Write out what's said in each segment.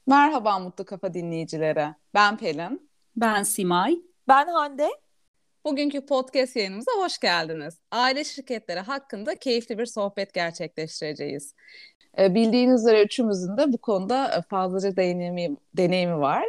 Merhaba Mutlu Kafa dinleyicileri. Ben Pelin. Ben Simay. Ben Hande. Bugünkü podcast yayınımıza hoş geldiniz. Aile şirketleri hakkında keyifli bir sohbet gerçekleştireceğiz. Bildiğiniz üzere üçümüzün de bu konuda fazlaca deneyimi var.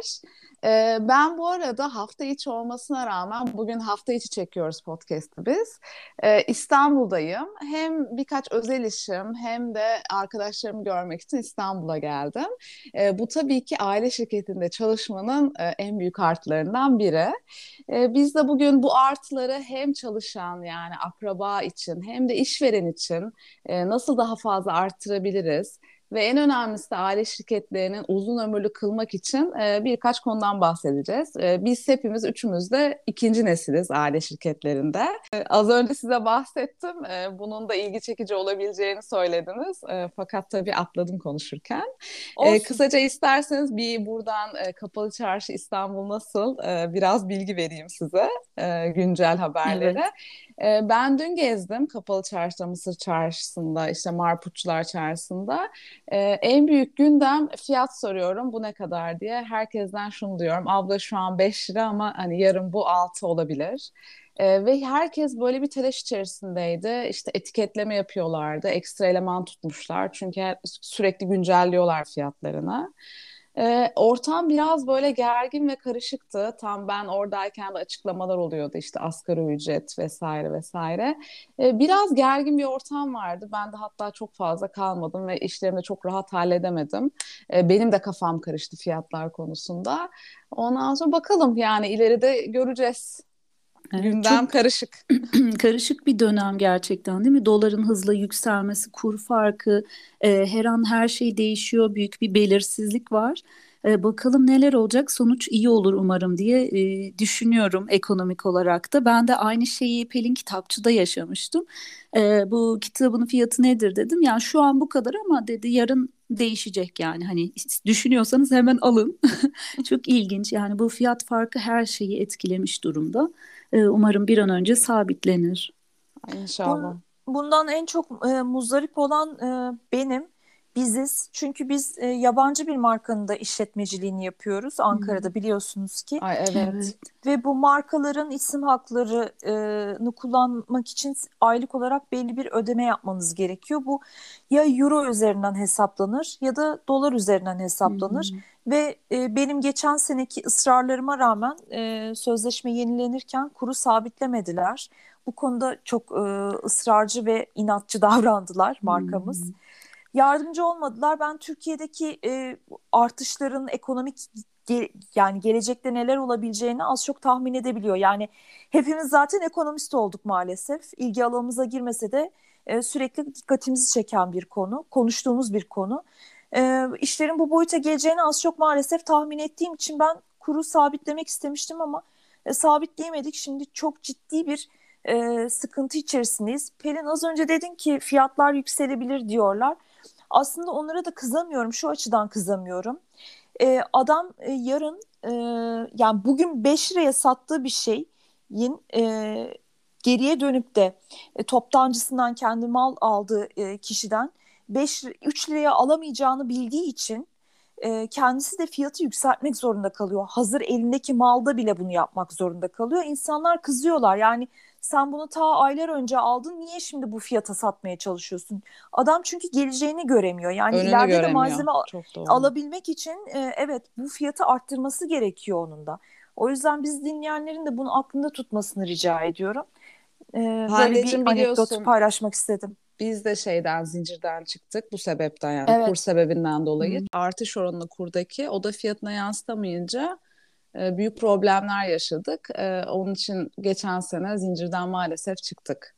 Ben bu arada hafta içi olmasına rağmen bugün hafta içi çekiyoruz podcast'ı biz. İstanbul'dayım. Hem birkaç özel işim hem de arkadaşlarımı görmek için İstanbul'a geldim. Bu tabii ki aile şirketinde çalışmanın en büyük artılarından biri. Biz de bugün bu artıları hem çalışan yani akraba için hem de işveren için nasıl daha fazla arttırabiliriz? Ve en önemlisi de aile şirketlerinin uzun ömürlü kılmak için birkaç konudan bahsedeceğiz. Biz hepimiz üçümüz de ikinci nesiliz aile şirketlerinde. Az önce size bahsettim. Bunun da ilgi çekici olabileceğini söylediniz. Fakat tabii atladım konuşurken. Olsun. Kısaca isterseniz bir buradan Kapalı Çarşı İstanbul nasıl biraz bilgi vereyim size güncel haberleri. Evet. Ben dün gezdim Kapalı Çarşı'da, Mısır Çarşısı'nda, işte Marputçular Çarşısı'nda. En büyük gündem fiyat soruyorum bu ne kadar diye. Herkesten şunu diyorum. Abla şu an 5 lira ama hani yarın bu 6 olabilir. Ve herkes böyle bir telaş içerisindeydi. İşte etiketleme yapıyorlardı. Ekstra eleman tutmuşlar. Çünkü sürekli güncelliyorlar fiyatlarını. Ortam biraz böyle gergin ve karışıktı. Tam ben oradayken de açıklamalar oluyordu işte asgari ücret vesaire vesaire. Biraz gergin bir ortam vardı. Ben de hatta çok fazla kalmadım ve işlerimi de çok rahat halledemedim. Benim de kafam karıştı fiyatlar konusunda. Ondan sonra bakalım yani ileride göreceğiz. Evet, Gündem çok karışık. karışık bir dönem gerçekten, değil mi? Doların hızla yükselmesi, kur farkı, her an her şey değişiyor. Büyük bir belirsizlik var. Bakalım neler olacak? Sonuç iyi olur umarım diye düşünüyorum ekonomik olarak da. Ben de aynı şeyi Pelin Kitapçı'da yaşamıştım. Bu kitabın fiyatı nedir dedim. Yani şu an bu kadar ama dedi yarın değişecek yani. Hani düşünüyorsanız hemen alın. Çok ilginç. Yani bu fiyat farkı her şeyi etkilemiş durumda. Umarım bir an önce sabitlenir. İnşallah. Bundan en çok muzdarip olan biziz. Çünkü biz yabancı bir markanın da işletmeciliğini yapıyoruz Hmm. Ankara'da biliyorsunuz ki. Ay evet. Evet. Ve bu markaların isim haklarını kullanmak için aylık olarak belli bir ödeme yapmanız gerekiyor. Bu ya euro üzerinden hesaplanır ya da dolar üzerinden hesaplanır. Hmm. Ve benim geçen seneki ısrarlarıma rağmen sözleşme yenilenirken kuru sabitlemediler. Bu konuda çok ısrarcı ve inatçı davrandılar markamız. Hmm. Yardımcı olmadılar. Ben Türkiye'deki artışların ekonomik yani gelecekte neler olabileceğini az çok tahmin edebiliyor. Yani hepimiz zaten ekonomist olduk maalesef. İlgi alanımıza girmese de sürekli dikkatimizi çeken bir konu, konuştuğumuz bir konu. İşlerin bu boyuta geleceğini az çok maalesef tahmin ettiğim için ben kuru sabitlemek istemiştim ama sabitleyemedik. Şimdi çok ciddi bir sıkıntı içerisindeyiz. Pelin az önce dedin ki fiyatlar yükselebilir diyorlar. Aslında onlara da kızamıyorum. Şu açıdan kızamıyorum. Adam yarın yani bugün 5 liraya sattığı bir şeyin geriye dönüp de toptancısından kendi mal aldığı kişiden 3 liraya alamayacağını bildiği için kendisi de fiyatı yükseltmek zorunda kalıyor. Hazır elindeki malda bile bunu yapmak zorunda kalıyor. İnsanlar kızıyorlar. Yani sen bunu ta aylar önce aldın. Niye şimdi bu fiyata satmaya çalışıyorsun? Adam çünkü geleceğini göremiyor. Yani Önünü ileride de göremiyor. malzeme Çok doğru. alabilmek için evet bu fiyatı arttırması gerekiyor onun da. O yüzden biz dinleyenlerin de bunu aklında tutmasını rica ediyorum. Böyle bir Handeciğim anekdot biliyorsun paylaşmak istedim. biz de şeyden zincirden çıktık bu sebepten yani kur Evet. sebebinden dolayı. Hmm. Artış oranını kurdaki o da fiyatına yansıtamayınca büyük problemler yaşadık. Onun için geçen sene zincirden maalesef çıktık.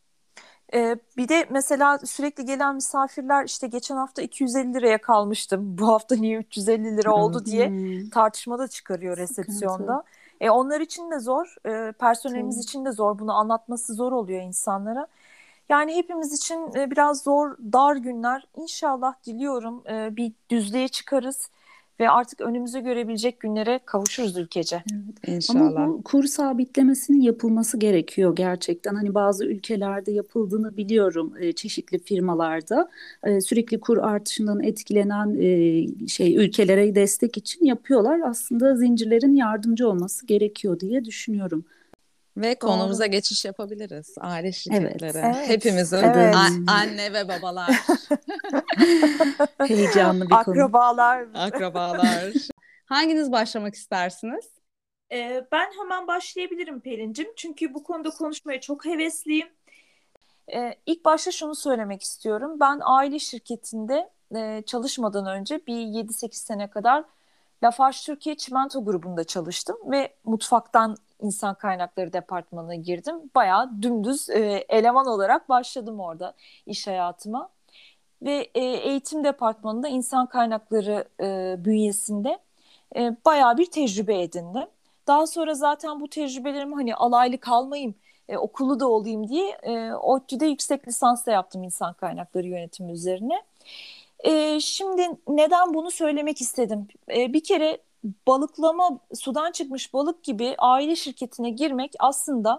Bir de mesela sürekli gelen misafirler işte geçen hafta 250 liraya kalmıştım. Bu hafta niye 350 lira oldu diye Hmm. tartışma da çıkarıyor Sıkıntı. resepsiyonda. Onlar için de zor, personelimiz Tabii. için de zor. Bunu anlatması zor oluyor insanlara. Yani hepimiz için biraz zor, dar günler. İnşallah diliyorum bir düzlüğe çıkarız. ve artık önümüzü görebilecek günlere kavuşuruz ülkece. Evet. Ama İnşallah. bu kur sabitlemesinin yapılması gerekiyor gerçekten. Hani bazı ülkelerde yapıldığını biliyorum, çeşitli firmalarda. Sürekli kur artışından etkilenen ülkelere destek için yapıyorlar. Aslında zincirlerin yardımcı olması gerekiyor diye düşünüyorum. Ve Doğru. konumuza geçiş yapabiliriz. Aile Evet. şirketleri. Evet, Hepimizin evet. anne ve babalar, Heyecanlı bir konu. Akrabalar. akrabalar. Hanginiz başlamak istersiniz? Ben hemen başlayabilirim Pelin'cim. Çünkü bu konuda konuşmaya çok hevesliyim. İlk başta şunu söylemek istiyorum. Ben aile şirketinde çalışmadan önce bir 7-8 sene kadar Lafarge Türkiye Çimento grubunda çalıştım ve mutfaktan insan kaynakları departmanına girdim. Bayağı dümdüz eleman olarak başladım orada iş hayatıma. Ve eğitim departmanında insan kaynakları bünyesinde bayağı bir tecrübe edindim. Daha sonra zaten bu tecrübelerimi hani alaylı kalmayayım, okulu da olayım diye ODTÜ'de yüksek lisans da yaptım insan kaynakları yönetimi üzerine. Şimdi neden bunu söylemek istedim? Bir kere balıklama, sudan çıkmış balık gibi aile şirketine girmek aslında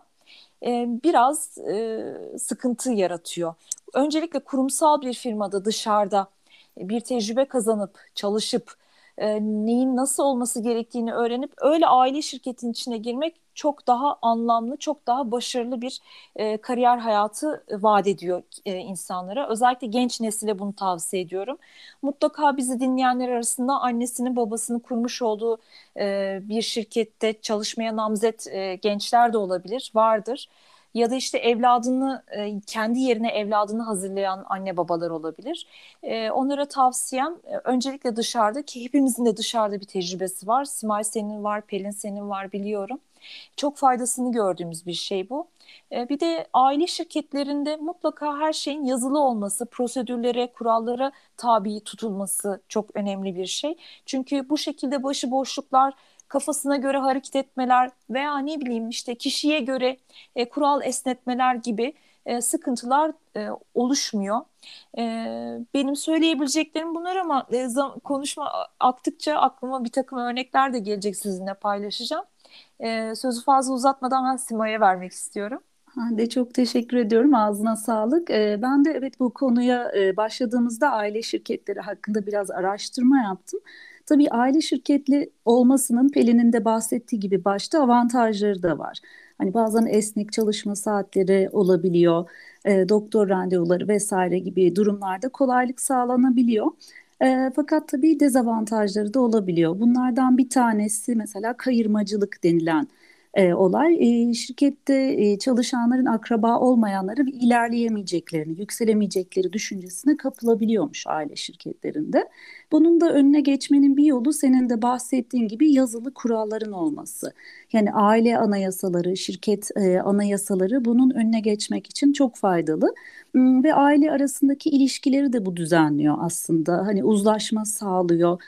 biraz sıkıntı yaratıyor. Öncelikle kurumsal bir firmada dışarıda bir tecrübe kazanıp çalışıp neyin nasıl olması gerektiğini öğrenip öyle aile şirketinin içine girmek çok daha anlamlı, çok daha başarılı bir kariyer hayatı vaat ediyor insanlara. Özellikle genç nesile bunu tavsiye ediyorum. Mutlaka bizi dinleyenler arasında annesinin babasının kurmuş olduğu bir şirkette çalışmaya namzet gençler de olabilir, vardır. Ya da işte evladını kendi yerine evladını hazırlayan anne babalar olabilir. Onlara tavsiyem öncelikle dışarıda, ki hepimizin de dışarıda bir tecrübesi var. Simay senin var, Pelin senin var biliyorum. Çok faydasını gördüğümüz bir şey bu. Bir de aile şirketlerinde mutlaka her şeyin yazılı olması, prosedürlere, kurallara tabi tutulması çok önemli bir şey. Çünkü bu şekilde başıboşluklar, kafasına göre hareket etmeler veya ne bileyim işte kişiye göre kural esnetmeler gibi sıkıntılar oluşmuyor. E, Benim söyleyebileceklerim bunlar ama konuşma aktıkça aklıma bir takım örnekler de gelecek, sizinle paylaşacağım. Sözü fazla uzatmadan ben Sima'ya vermek istiyorum. Hande, çok teşekkür ediyorum. Ağzına sağlık. Ben de evet, bu konuya başladığımızda aile şirketleri hakkında biraz araştırma yaptım. Tabii aile şirketli olmasının Pelin'in de bahsettiği gibi başta avantajları da var. Hani bazen esnek çalışma saatleri olabiliyor, doktor randevuları vesaire gibi durumlarda kolaylık sağlanabiliyor. Fakat tabii dezavantajları da olabiliyor. Bunlardan bir tanesi mesela kayırmacılık denilen olay. Şirkette çalışanların akraba olmayanları ve ilerleyemeyeceklerini, yükselemeyecekleri düşüncesine kapılabiliyormuş aile şirketlerinde. Bunun da önüne geçmenin bir yolu senin de bahsettiğin gibi yazılı kuralların olması. Yani aile anayasaları, şirket anayasaları bunun önüne geçmek için çok faydalı. Ve aile arasındaki ilişkileri de bu düzenliyor aslında. Hani uzlaşma sağlıyor,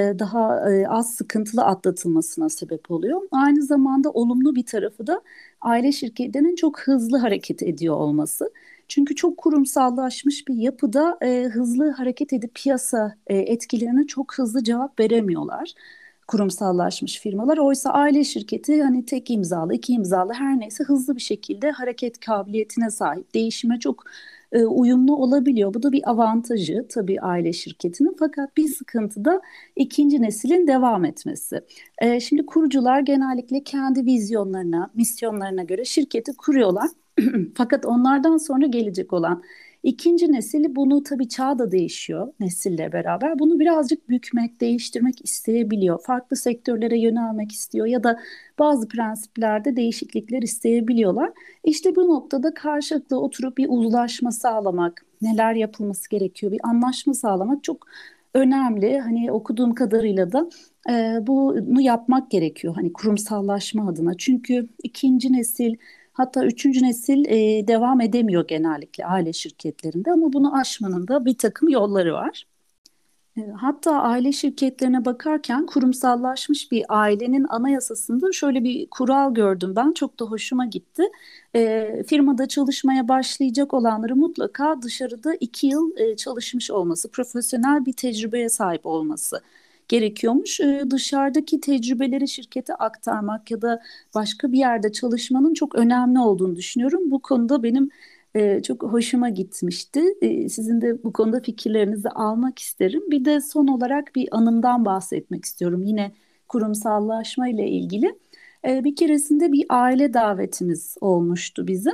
daha az sıkıntılı atlatılmasına sebep oluyor. Aynı zamanda olumlu bir tarafı da aile şirketlerinin çok hızlı hareket ediyor olması. Çünkü çok kurumsallaşmış bir yapıda hızlı hareket edip piyasa etkilerine çok hızlı cevap veremiyorlar kurumsallaşmış firmalar. Oysa aile şirketi hani tek imzalı, iki imzalı her neyse hızlı bir şekilde hareket kabiliyetine sahip, değişime çok uyumlu olabiliyor. Bu da bir avantajı tabii aile şirketinin. Fakat bir sıkıntı da ikinci neslin devam etmesi. Şimdi kurucular genellikle kendi vizyonlarına, misyonlarına göre şirketi kuruyorlar. Fakat onlardan sonra gelecek olan ikinci nesil bunu, tabii çağ da değişiyor nesille beraber. Bunu birazcık bükmek, değiştirmek isteyebiliyor. Farklı sektörlere yönelmek istiyor ya da bazı prensiplerde değişiklikler isteyebiliyorlar. İşte bu noktada karşılıklı oturup bir uzlaşma sağlamak, neler yapılması gerekiyor, bir anlaşma sağlamak çok önemli. Hani okuduğum kadarıyla da bunu yapmak gerekiyor. Hani kurumsallaşma adına. Çünkü ikinci nesil, hatta üçüncü nesil devam edemiyor genellikle aile şirketlerinde, ama bunu aşmanın da bir takım yolları var. Hatta aile şirketlerine bakarken kurumsallaşmış bir ailenin anayasasında şöyle bir kural gördüm ben. Çok da hoşuma gitti. Firmada çalışmaya başlayacak olanları mutlaka dışarıda 2 yıl çalışmış olması, profesyonel bir tecrübeye sahip olması gerekiyormuş. Dışarıdaki tecrübeleri şirkete aktarmak ya da başka bir yerde çalışmanın çok önemli olduğunu düşünüyorum. Bu konuda benim çok hoşuma gitmişti. Sizin de bu konuda fikirlerinizi almak isterim. Bir de son olarak bir anımdan bahsetmek istiyorum. Yine kurumsallaşma ile ilgili. Bir keresinde bir aile davetimiz olmuştu bizim.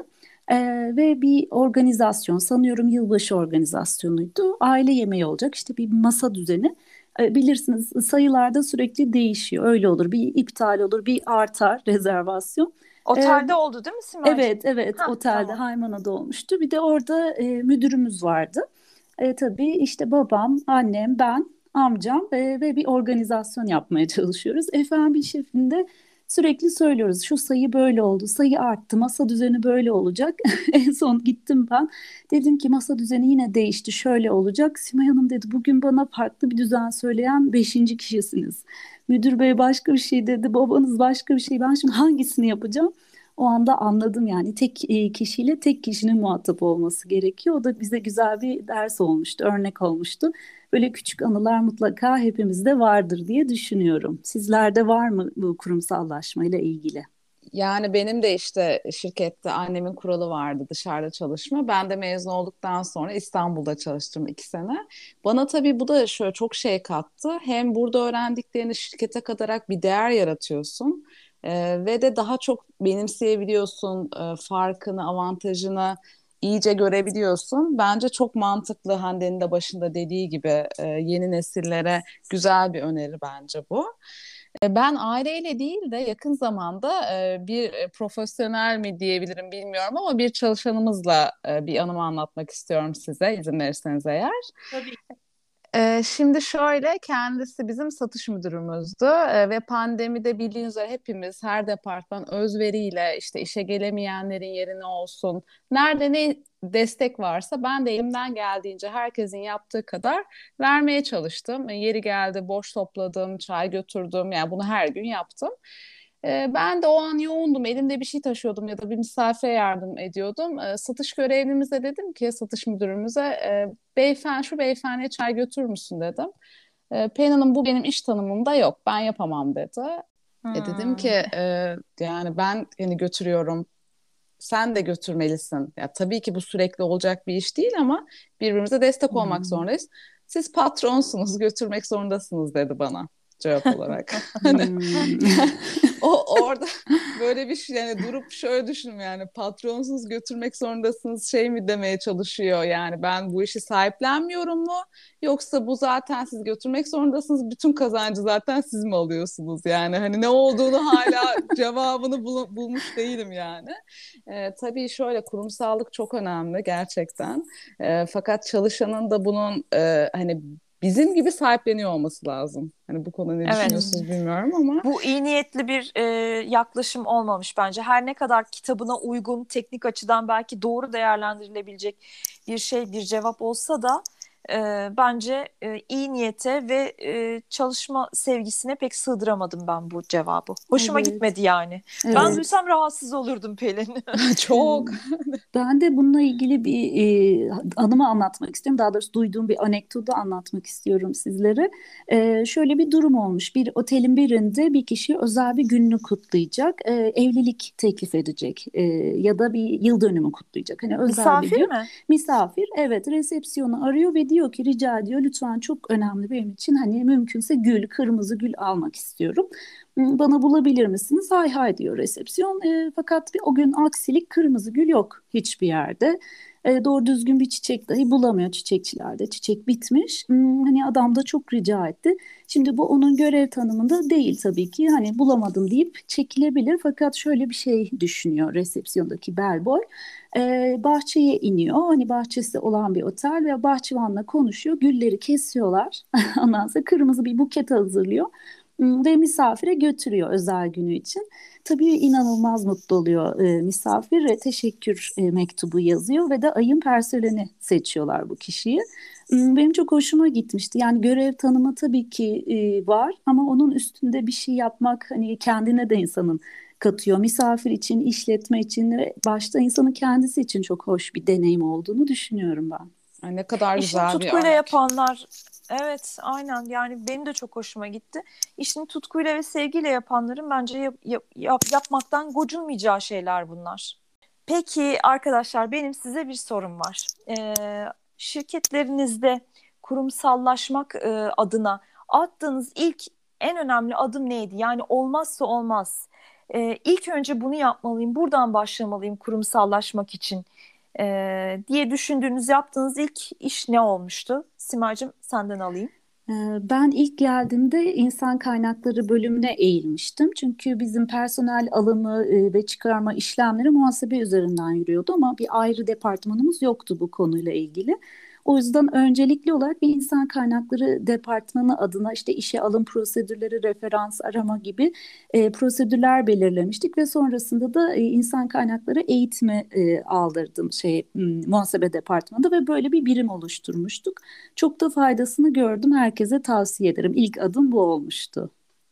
Ve bir organizasyon, sanıyorum yılbaşı organizasyonuydu. Aile yemeği olacak, işte bir masa düzeni. Bilirsiniz, sayılarda sürekli değişiyor. Öyle olur, bir iptal olur, bir artar rezervasyon. Ee, Otelde oldu değil mi Simay'cığım? Evet, evet, Ha, otelde tamam. Haymana'da olmuştu. Bir de orada müdürümüz vardı. Tabii işte babam, annem, ben, amcam ve bir organizasyon yapmaya çalışıyoruz. Efendim şefim de sürekli söylüyoruz. Şu sayı böyle oldu, sayı arttı, masa düzeni böyle olacak. En son gittim ben. Dedim ki masa düzeni yine değişti, şöyle olacak. Simay Hanım dedi, bugün bana farklı bir düzen söyleyen beşinci kişisiniz. Müdür bey başka bir şey dedi, babanız başka bir şey. Ben şimdi hangisini yapacağım? O anda anladım, yani tek kişiyle tek kişinin muhatap olması gerekiyor. O da bize güzel bir ders olmuştu, örnek olmuştu. Böyle küçük anılar mutlaka hepimizde vardır diye düşünüyorum. Sizlerde var mı bu kurumsallaşmayla ilgili? Yani benim de işte şirkette annemin kuralı vardı, dışarıda çalışma. Ben de mezun olduktan sonra İstanbul'da çalıştım 2 sene. Bana tabii bu da şöyle çok şey kattı. Hem burada öğrendiklerini şirkete katarak bir değer yaratıyorsun. Ve de daha çok benimseyebiliyorsun, farkını, avantajını iyice görebiliyorsun. Bence çok mantıklı, Hande'nin de başında dediği gibi, yeni nesillere güzel bir öneri bence bu. Ben aileyle değil de yakın zamanda bir profesyonel mi diyebilirim bilmiyorum ama bir çalışanımızla bir anımı anlatmak istiyorum size, izin verirseniz eğer. Tabii. Şimdi şöyle, kendisi bizim satış müdürümüzdü ve pandemide bildiğiniz üzere hepimiz, her departman özveriyle işte işe gelemeyenlerin yerine olsun, nerede ne destek varsa ben de elimden geldiğince herkesin yaptığı kadar vermeye çalıştım. Yeri geldi boş topladım, çay götürdüm, yani bunu her gün yaptım. Ben de o an yoğundum, elimde bir şey taşıyordum ya da bir misafire yardım ediyordum. Satış görevlimize dedim ki, satış müdürümüze, beyefendi, şu beyefendiye çay götürür müsün dedim. Pelin Hanım, bu benim iş tanımımda yok, ben yapamam dedi. Dedim ki, Hmm. yani ben hani götürüyorum, sen de götürmelisin. Ya tabii ki bu sürekli olacak bir iş değil ama birbirimize destek olmak Hmm. zorundayız. Siz patronsunuz, götürmek zorundasınız dedi bana cevap olarak. Hani Hmm. o orada böyle bir şey, yani durup şöyle düşünün, yani patronsuz götürmek zorundasınız şey mi demeye çalışıyor, yani ben bu işi sahiplenmiyorum mu, yoksa bu zaten siz götürmek zorundasınız, bütün kazancı zaten siz mi alıyorsunuz, yani hani ne olduğunu hala cevabını bulmuş değilim yani. Tabii şöyle, kurumsallık çok önemli gerçekten. Fakat çalışanın da bunun hani bizim gibi sahipleniyor olması lazım. Hani bu konuda ne Evet. düşünüyorsunuz bilmiyorum ama. Bu iyi niyetli bir yaklaşım olmamış bence. Her ne kadar kitabına uygun, teknik açıdan belki doğru değerlendirilebilecek bir şey, bir cevap olsa da bence iyi niyete ve çalışma sevgisine pek sığdıramadım ben bu cevabı. Hoşuma Evet, gitmedi yani. Ben evet. duysam rahatsız olurdum Pelin. Çok. Ben de bununla ilgili bir anımı anlatmak istiyorum. Daha doğrusu duyduğum bir anekdotu anlatmak istiyorum sizlere. Şöyle bir durum olmuş. Bir otelin birinde bir kişi özel bir gününü kutlayacak. Evlilik teklif edecek. Ya da bir yıl dönümü kutlayacak. Hani özel bir Misafir gün. mi? Misafir, evet, resepsiyonu arıyor ve diyor ki, rica ediyor, lütfen, çok önemli benim için, hani mümkünse gül, kırmızı gül almak istiyorum. Bana bulabilir misiniz? Hay hay diyor resepsiyon. Fakat o gün aksilik, kırmızı gül yok hiçbir yerde. Doğru düzgün bir çiçek dahi bulamıyor çiçekçilerde. Çiçek bitmiş. Hani adam da çok rica etti. Şimdi bu onun görev tanımında değil tabii ki. Hani bulamadım deyip çekilebilir. Fakat şöyle bir şey düşünüyor resepsiyondaki bellboy. Bahçeye iniyor. Hani bahçesi olan bir otel ve bahçıvanla konuşuyor. Gülleri kesiyorlar. Ondan sonra kırmızı bir buket hazırlıyor ve misafire götürüyor özel günü için. Tabii inanılmaz mutlu oluyor misafir ve teşekkür mektubu yazıyor ve de ayın personelini seçiyorlar bu kişiyi. Benim çok hoşuma gitmişti. Yani görev tanımı tabii ki var ama onun üstünde bir şey yapmak, hani kendine de insanın katıyor. Misafir için, işletme için ve başta insanın kendisi için çok hoş bir deneyim olduğunu düşünüyorum ben. Ay, ne kadar İşini güzel bir tutkuyla örnek. yapanlar Evet, aynen. Yani benim de çok hoşuma gitti. İşini tutkuyla ve sevgiyle yapanların bence yapmaktan gocunmayacağı şeyler bunlar. Peki arkadaşlar, benim size bir sorum var. Şirketlerinizde kurumsallaşmak adına attığınız ilk en önemli adım neydi? Yani olmazsa olmaz. İlk önce bunu yapmalıyım, buradan başlamalıyım kurumsallaşmak için diye düşündüğünüz, yaptığınız ilk iş ne olmuştu? Simacığım, senden alayım. Ben ilk geldiğimde insan kaynakları bölümüne eğilmiştim. Çünkü bizim personel alımı ve çıkarma işlemleri muhasebe üzerinden yürüyordu ama bir ayrı departmanımız yoktu bu konuyla ilgili. O yüzden öncelikli olarak bir insan kaynakları departmanı adına işte işe alım prosedürleri, referans arama gibi prosedürler belirlemiştik ve sonrasında da insan kaynakları eğitimi aldırdım muhasebe departmanında ve böyle bir birim oluşturmuştuk. Çok da faydasını gördüm. Herkese tavsiye ederim. İlk adım bu olmuştu.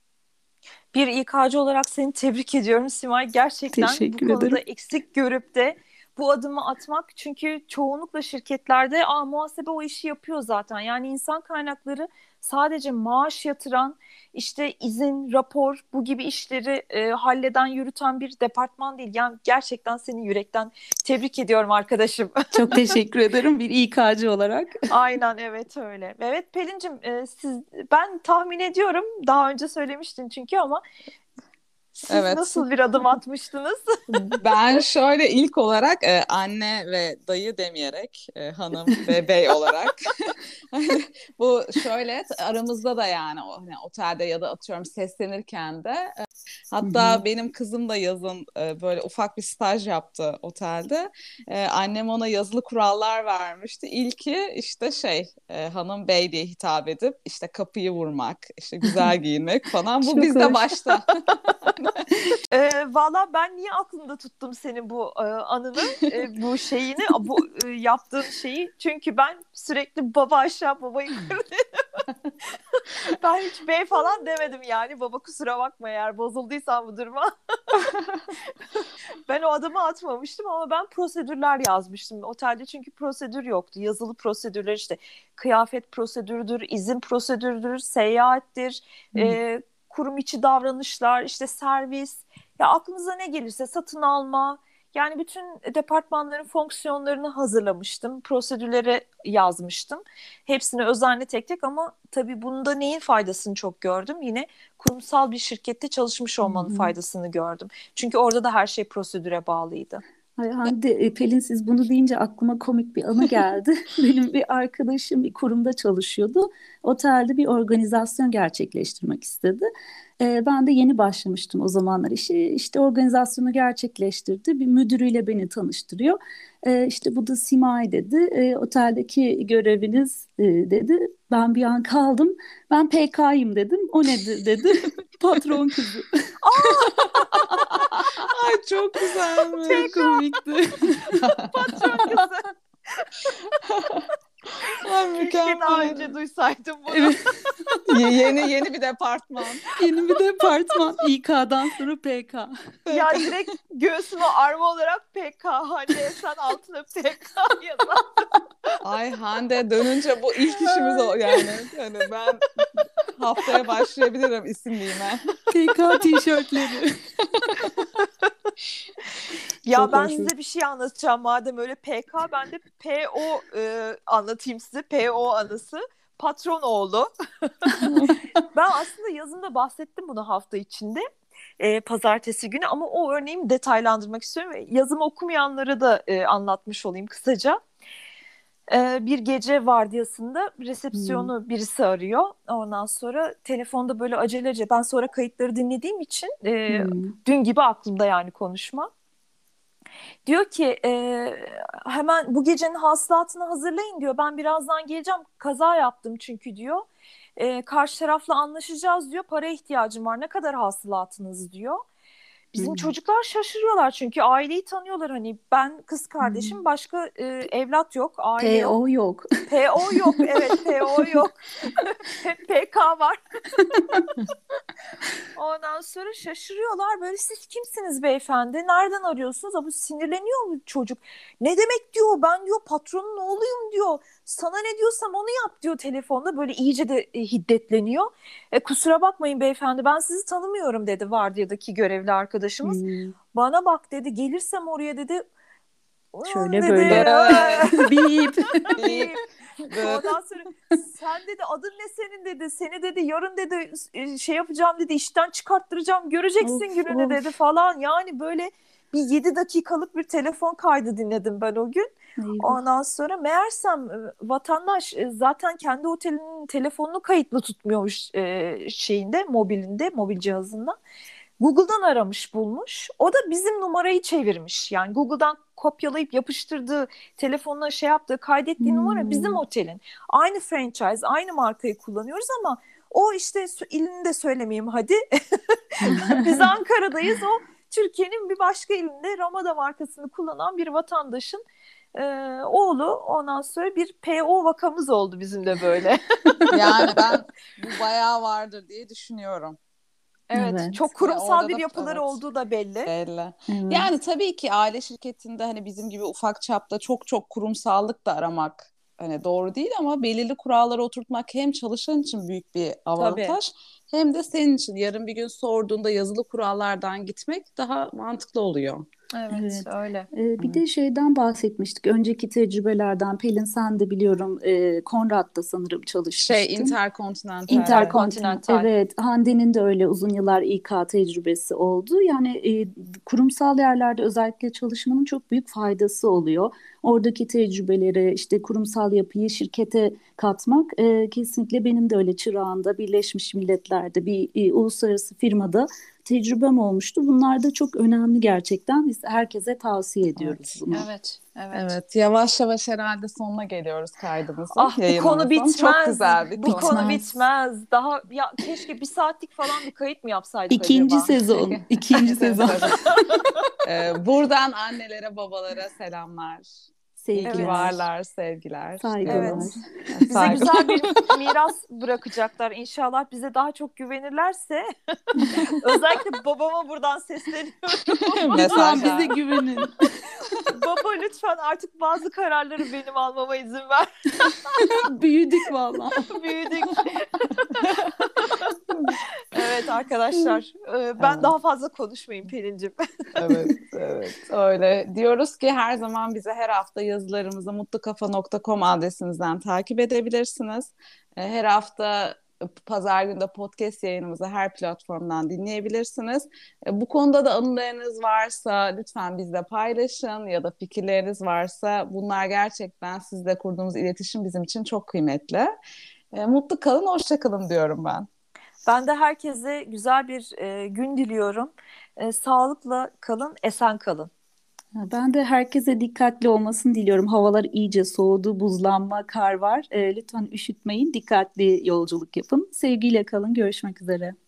Bir İK'cı olarak seni tebrik ediyorum Simay. Gerçekten bu Teşekkür konuda ederim. eksik görüp de bu adımı atmak, çünkü çoğunlukla şirketlerde muhasebe o işi yapıyor zaten. Yani insan kaynakları sadece maaş yatıran, işte izin, rapor, bu gibi işleri halleden, yürüten bir departman değil. Yani gerçekten seni yürekten tebrik ediyorum arkadaşım. Çok teşekkür ederim bir İK'cı olarak. Aynen, evet öyle. Evet Pelin'cim, ben tahmin ediyorum, daha önce söylemiştin çünkü, ama siz Evet. nasıl bir adım atmıştınız? Ben şöyle ilk olarak anne ve dayı demeyerek hanım ve bey olarak hani bu şöyle aramızda da yani hani otelde ya da atıyorum seslenirken de Hı hatta hı. benim kızım da yazın böyle ufak bir staj yaptı otelde. Annem ona yazılı kurallar vermişti. İlki işte hanım bey diye hitap edip işte kapıyı vurmak, işte güzel giyinmek falan. Bu Çok bizde hoş. başta. Valla ben niye aklımda tuttum senin bu anını, bu şeyini, bu yaptığın şeyi? Çünkü ben sürekli baba aşağı baba yukarı. Ben hiç bey falan demedim yani. Baba kusura bakma eğer bozulduysan bu duruma. Ben o adımı atmamıştım ama ben prosedürler yazmıştım otelde, çünkü prosedür yoktu. Yazılı prosedürler, işte kıyafet prosedürüdür, izin prosedürüdür, seyahattir, Hı. kurum içi davranışlar, işte servis. Ya aklınıza ne gelirse, satın alma. Yani bütün departmanların fonksiyonlarını hazırlamıştım. Prosedürleri yazmıştım. Hepsini özenle tek tek, ama tabii bunda neyin faydasını çok gördüm? Yine kurumsal bir şirkette çalışmış Hı olmanın hı. faydasını gördüm. Çünkü orada da her şey prosedüre bağlıydı. Ay Hande, Pelin siz bunu deyince aklıma komik bir anı geldi. Benim bir arkadaşım bir kurumda çalışıyordu. Otelde bir organizasyon gerçekleştirmek istedi. Ben de yeni başlamıştım o zamanlar işi. İşte organizasyonu gerçekleştirdi. Bir müdürüyle beni tanıştırıyor. İşte bu da Simay dedi. Oteldeki göreviniz dedi. Ben bir an kaldım. Ben PK'yım dedim. O nedir dedi. Patron kızı. Ay çok Çok güzelmiş. komikti. Patron kızı. Ay Keşke daha mükemmel. önce duysaydım bunu. Evet. Yeni bir departman. Yeni bir departman. İK'dan sonra PK. Ya direkt göğsüme arma olarak PK, Hande sen altına PK yazar. Ay Hande dönünce bu ilk işimiz o yani. Yani ben haftaya başlayabilirim isimliğime. PK tişörtleri. Ya Çok ben hoş. size bir şey anlatacağım, madem öyle PK, ben de PO anlatayım size. PO anısı. Patron oğlu. Ben aslında yazında bahsettim bunu hafta içinde. Pazartesi günü, ama o örneğimi detaylandırmak istiyorum. Yazımı okumayanlara da anlatmış olayım kısaca. Bir gece vardiyasında Hmm. resepsiyonu birisi arıyor. Ondan sonra telefonda böyle acelece, ben sonra kayıtları dinlediğim için Hmm. dün gibi aklımda yani konuşma. Diyor ki hemen bu gecenin hasılatını hazırlayın diyor. Ben birazdan geleceğim. Kaza yaptım çünkü diyor. Karşı tarafla anlaşacağız diyor. Para ihtiyacım var. Ne kadar hasılatınız diyor. Bizim Hmm. çocuklar şaşırıyorlar çünkü aileyi tanıyorlar. Hani ben kız Hmm. kardeşim, başka evlat yok, aile yok. PO yok. PO yok, evet, PO yok. Hep PK var. Ondan sonra şaşırıyorlar, böyle siz kimsiniz beyefendi? Nereden arıyorsunuz? Bu sinirleniyor mu çocuk? Ne demek diyor, ben diyor patronun oğluyum diyor. Sana ne diyorsam onu yap diyor telefonda, böyle iyice de hiddetleniyor. Kusura bakmayın beyefendi, ben sizi tanımıyorum dedi vardiyadaki görevli arkadaşımız. Hmm. Bana bak dedi, gelirsem oraya dedi, Şöyle dedi. böyle. Bip. Deyip Ondan sonra sen dedi, adın ne senin dedi, seni dedi yarın dedi şey yapacağım dedi, işten çıkarttıracağım, göreceksin Of gününü dedi of. falan. Yani böyle bir 7 dakikalık bir telefon kaydı dinledim ben o gün. Eyvah. Ondan sonra meğersem vatandaş zaten kendi otelinin telefonunu kayıtlı tutmuyormuş, şeyinde, mobil cihazında. Google'dan aramış bulmuş. O da bizim numarayı çevirmiş. Yani Google'dan kopyalayıp yapıştırdığı, telefonuna şey yaptığı, kaydettiği numara bizim Hmm. otelin. Aynı franchise, aynı markayı kullanıyoruz ama o işte, ilini de söylemeyeyim hadi. Biz Ankara'dayız. O Türkiye'nin bir başka ilinde Ramada markasını kullanan bir vatandaşın oğlu. Ondan sonra bir PO vakamız oldu bizim de böyle. yani ben bu bayağı vardır diye düşünüyorum. Evet, Evet. çok Ve kurumsal orada bir da yapıları evet olduğu da belli. belli. Evet. Yani tabii ki aile şirketinde hani bizim gibi ufak çapta çok çok kurumsallık da aramak hani doğru değil ama belirli kurallara oturtmak hem çalışan için büyük bir Tabii. avantaj hem de senin için yarın bir gün sorduğunda yazılı kurallardan gitmek daha mantıklı oluyor. Evet, Evet. öyle. Bir de şeyden bahsetmiştik. Önceki tecrübelerden Pelin, sen de biliyorum Konrad'da sanırım çalışmıştın. Intercontinental'de. Intercontinental. Evet, Hande'nin de öyle uzun yıllar İK tecrübesi oldu. Yani kurumsal yerlerde özellikle çalışmanın çok büyük faydası oluyor. Oradaki tecrübeleri, işte kurumsal yapıyı şirkete katmak kesinlikle benim de öyle çırağında Birleşmiş Milletler'de bir uluslararası firmada tecrübem olmuştu. Bunlar da çok önemli gerçekten. Biz herkese tavsiye ediyoruz Evet. bunu. Evet, evet. Evet, yavaş yavaş herhalde sonuna geliyoruz kaydımızın, Ah, bu konu yayınımızın. Çok bitmez. güzel bir Bu konu. konu Bitmez. bitmez. Daha ya, keşke 1 saatlik falan bir kayıt mı yapsaydık İkinci acaba? sezon. İkinci Tabii sezon. tabii. Buradan annelere, babalara selamlar. İyi ki Sevgiler, varlar, sevgiler saygılar. diyoruz. Evet. Bize Saygı. güzel bir miras bırakacaklar. İnşallah bize daha çok güvenirlerse. Özellikle babama buradan sesleniyorum. Lütfen bize Mesajlar. güvenin. Baba, lütfen artık bazı kararları benim almama izin ver. Büyüdük vallahi. Büyüdük. Evet arkadaşlar, ben Evet, daha fazla konuşmayayım Pelin'cim. evet, evet. Öyle diyoruz ki her zaman bize her hafta yazılarımızı mutlukafa.com adresimizden takip edebilirsiniz. Her hafta Pazar günü de podcast yayınımızı her platformdan dinleyebilirsiniz. Bu konuda da anılarınız varsa lütfen bizle paylaşın ya da fikirleriniz varsa bunlar gerçekten sizle kurduğumuz iletişim bizim için çok kıymetli. Mutlu kalın, hoşça kalın diyorum ben. Ben de herkese güzel bir gün diliyorum. Sağlıkla kalın, esen kalın. Ben de herkese dikkatli olmasını diliyorum. Havalar iyice soğudu, buzlanma, kar var. Lütfen üşütmeyin, dikkatli yolculuk yapın. Sevgiyle kalın, görüşmek üzere.